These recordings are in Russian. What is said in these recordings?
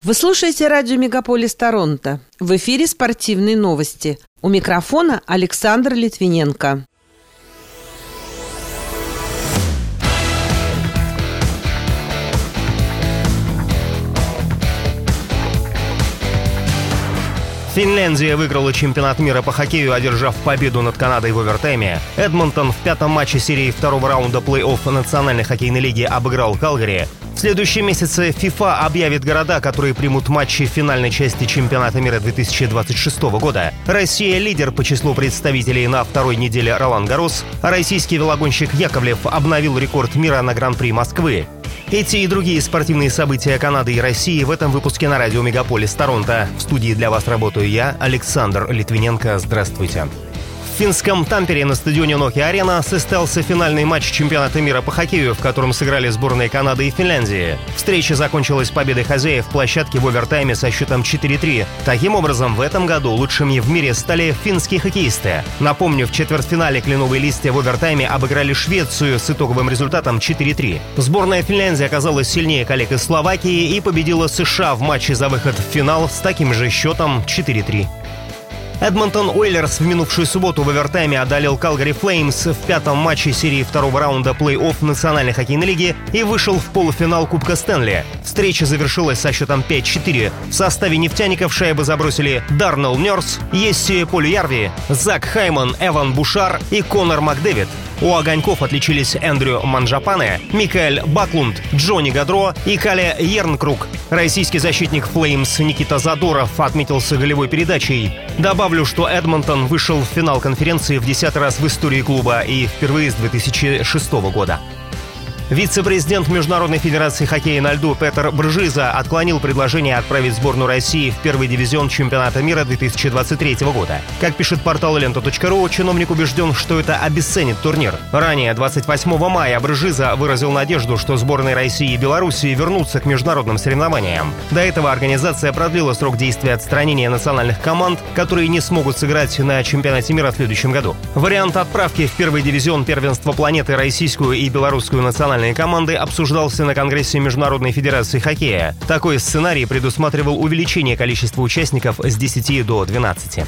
Вы слушаете радио «Мегаполис Торонто». В эфире спортивные новости. У микрофона Александр Литвиненко. Финляндия выиграла чемпионат мира по хоккею, одержав победу над Канадой в овертайме. Эдмонтон в пятом матче серии второго раунда плей-офф Национальной хоккейной лиги обыграл Калгари. В следующем месяце FIFA объявит города, которые примут матчи финальной части чемпионата мира 2026 года. Россия лидер по числу представителей на второй неделе Ролан-Гаррос, а российский велогонщик Яковлев обновил рекорд мира на Гран-при Москвы. Эти и другие спортивные события Канады и России в этом выпуске на радио «Мегаполис Торонто». В студии для вас работаю я, Александр Литвиненко. Здравствуйте. В финском Тампере на стадионе Nokia-Arena состоялся финальный матч чемпионата мира по хоккею, в котором сыграли сборные Канады и Финляндии. Встреча закончилась победой хозяев площадки в овертайме со счетом 4-3. Таким образом, в этом году лучшими в мире стали финские хоккеисты. Напомню, в четвертьфинале кленовые листья в овертайме обыграли Швецию с итоговым результатом 4-3. Сборная Финляндии оказалась сильнее коллег из Словакии и победила США в матче за выход в финал с таким же счетом 4-3. Эдмонтон Уойлерс в минувшую субботу в овертайме одолел Калгари Флеймс в пятом матче серии второго раунда плей-офф Национальной хоккейной лиги и вышел в полуфинал Кубка Стэнли. Встреча завершилась со счетом 5-4. В составе нефтяников шайбы забросили Дарнелл Нёрс, Есси Полюярви, Зак Хайман, Эван Бушар и Конор Макдэвид. У огоньков отличились Эндрю Манджапане, Микаэль Баклунд, Джонни Гадро и Кале Ернкрук. Российский защитник Флеймс Никита Задоров отметился голевой передачей. Добавлю, что Эдмонтон вышел в финал конференции в 10-й раз в истории клуба и впервые с 2006 года. Вице-президент Международной федерации хоккея на льду Петр Бржиза отклонил предложение отправить сборную России в первый дивизион чемпионата мира 2023 года. Как пишет портал Лента.ру, чиновник убежден, что это обесценит турнир. Ранее, 28 мая, Бржиза выразил надежду, что сборные России и Белоруссии вернутся к международным соревнованиям. До этого организация продлила срок действия отстранения национальных команд, которые не смогут сыграть на чемпионате мира в следующем году. Вариант отправки в первый дивизион первенства планеты российскую и белорусскую национальные команды обсуждался на Конгрессе Международной федерации хоккея. Такой сценарий предусматривал увеличение количества участников с 10 до 12.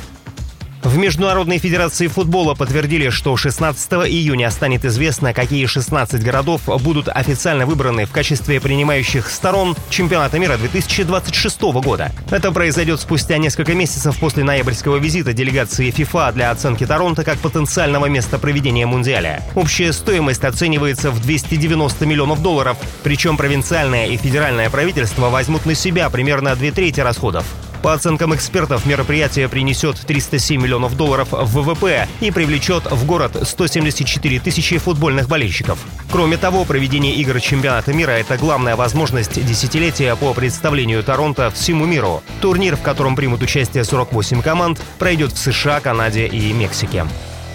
В Международной федерации футбола подтвердили, что 16 июня станет известно, какие 16 городов будут официально выбраны в качестве принимающих сторон чемпионата мира 2026 года. Это произойдет спустя несколько месяцев после ноябрьского визита делегации FIFA для оценки Торонто как потенциального места проведения Мундиаля. Общая стоимость оценивается в $290 миллионов, причем провинциальное и федеральное правительство возьмут на себя примерно 2/3 расходов. По оценкам экспертов, мероприятие принесет $307 миллионов в ВВП и привлечет в город 174 тысячи футбольных болельщиков. Кроме того, проведение игр чемпионата мира – это главная возможность десятилетия по представлению Торонто всему миру. Турнир, в котором примут участие 48 команд, пройдет в США, Канаде и Мексике.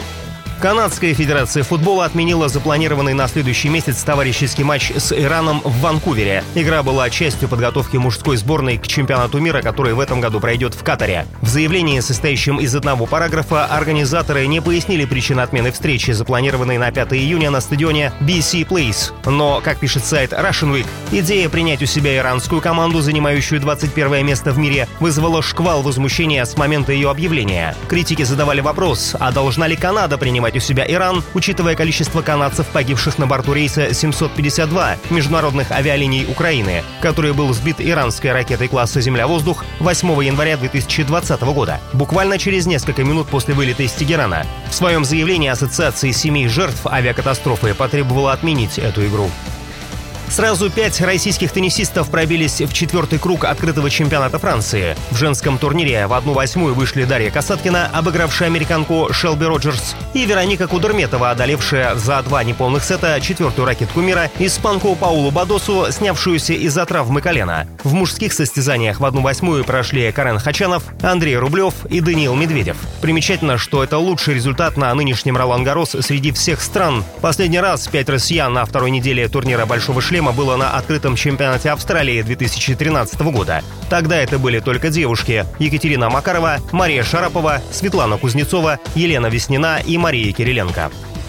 Канадская федерация футбола отменила запланированный на следующий месяц товарищеский матч с Ираном в Ванкувере. Игра была частью подготовки мужской сборной к чемпионату мира, который в этом году пройдет в Катаре. В заявлении, состоящем из одного параграфа, организаторы не пояснили причины отмены встречи, запланированной на 5 июня на стадионе BC Place. Но, как пишет сайт Russian Week, идея принять у себя иранскую команду, занимающую 21 место в мире, вызвала шквал возмущения с момента ее объявления. Критики задавали вопрос, а должна ли Канада принимать у себя Иран, учитывая количество канадцев, погибших на борту рейса 752 международных авиалиний Украины, который был сбит иранской ракетой класса «Земля-воздух» 8 января 2020 года, буквально через несколько минут после вылета из Тегерана. В своем заявлении Ассоциация семей жертв авиакатастрофы потребовала отменить эту игру. Сразу 5 российских теннисистов пробились в 4-й круг открытого чемпионата Франции. В женском турнире в 1/8 вышли Дарья Касаткина, обыгравшая американку Шелби Роджерс, и Вероника Кудерметова, одолевшая за 2 неполных сета 4-ю ракетку мира, испанку Паулу Бадосу, снявшуюся из-за травмы колена. В мужских состязаниях в 1/8 прошли Карен Хачанов, Андрей Рублев и Даниил Медведев. Примечательно, что это лучший результат на нынешнем Ролан-Гаррос среди всех стран. Последний раз 5 россиян на второй неделе турнира «Большого шлема» было на открытом чемпионате Австралии 2013 года. Тогда это были только девушки: Екатерина Макарова, Мария Шарапова, Светлана Кузнецова, Елена Веснина и Мария Кириленко.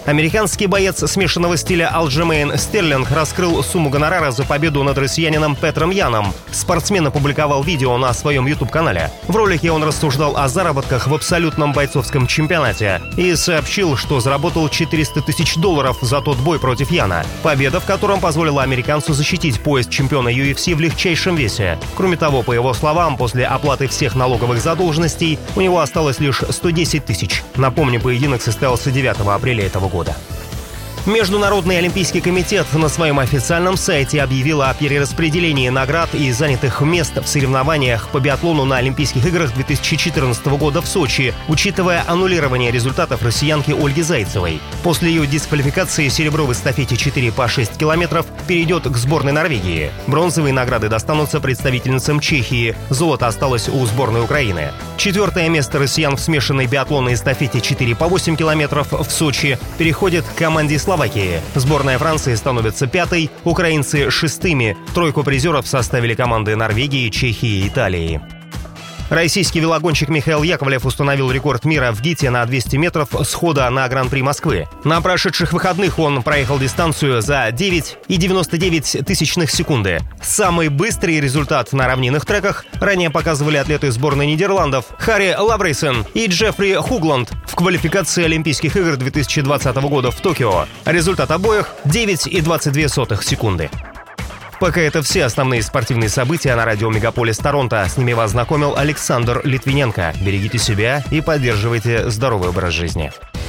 Американский боец смешанного стиля Алджемейн Стерлинг раскрыл сумму гонорара за победу над россиянином Петром Яном. Спортсмен опубликовал видео на своем YouTube-канале. В ролике он рассуждал о заработках в абсолютном бойцовском чемпионате и сообщил, что заработал $400 тысяч за тот бой против Яна, победа в котором позволила американцу защитить пояс чемпиона UFC в легчайшем весе. Кроме того, по его словам, после оплаты всех налоговых задолженностей у него осталось лишь $110 тысяч. Напомню, поединок состоялся 9 апреля этого года. Международный олимпийский комитет на своем официальном сайте объявил о перераспределении наград и занятых мест в соревнованиях по биатлону на Олимпийских играх 2014 года в Сочи, учитывая аннулирование результатов россиянки Ольги Зайцевой. После ее дисквалификации серебро в эстафете 4 по 6 километров перейдет к сборной Норвегии. Бронзовые награды достанутся представительницам Чехии. Золото осталось у сборной Украины. 4-е место россиян в смешанной биатлонной эстафете 4 по 8 километров в Сочи переходит к команде Словакии. Сборная Франции становится 5-й, украинцы — 6-ми. Тройку призеров составили команды Норвегии, Чехии и Италии. Российский велогонщик Михаил Яковлев установил рекорд мира в ГИТе на 200 метров схода на Гран-при Москвы. На прошедших выходных он проехал дистанцию за 9,99 секунды. Самый быстрый результат на равнинных треках ранее показывали атлеты сборной Нидерландов Харри Лаврейсен и Джеффри Хугланд в квалификации Олимпийских игр 2020 года в Токио. Результат обоих — 9,22 секунды. Пока это все основные спортивные события на радио Мегаполис Торонто. С ними вас знакомил Александр Литвиненко. Берегите себя и поддерживайте здоровый образ жизни.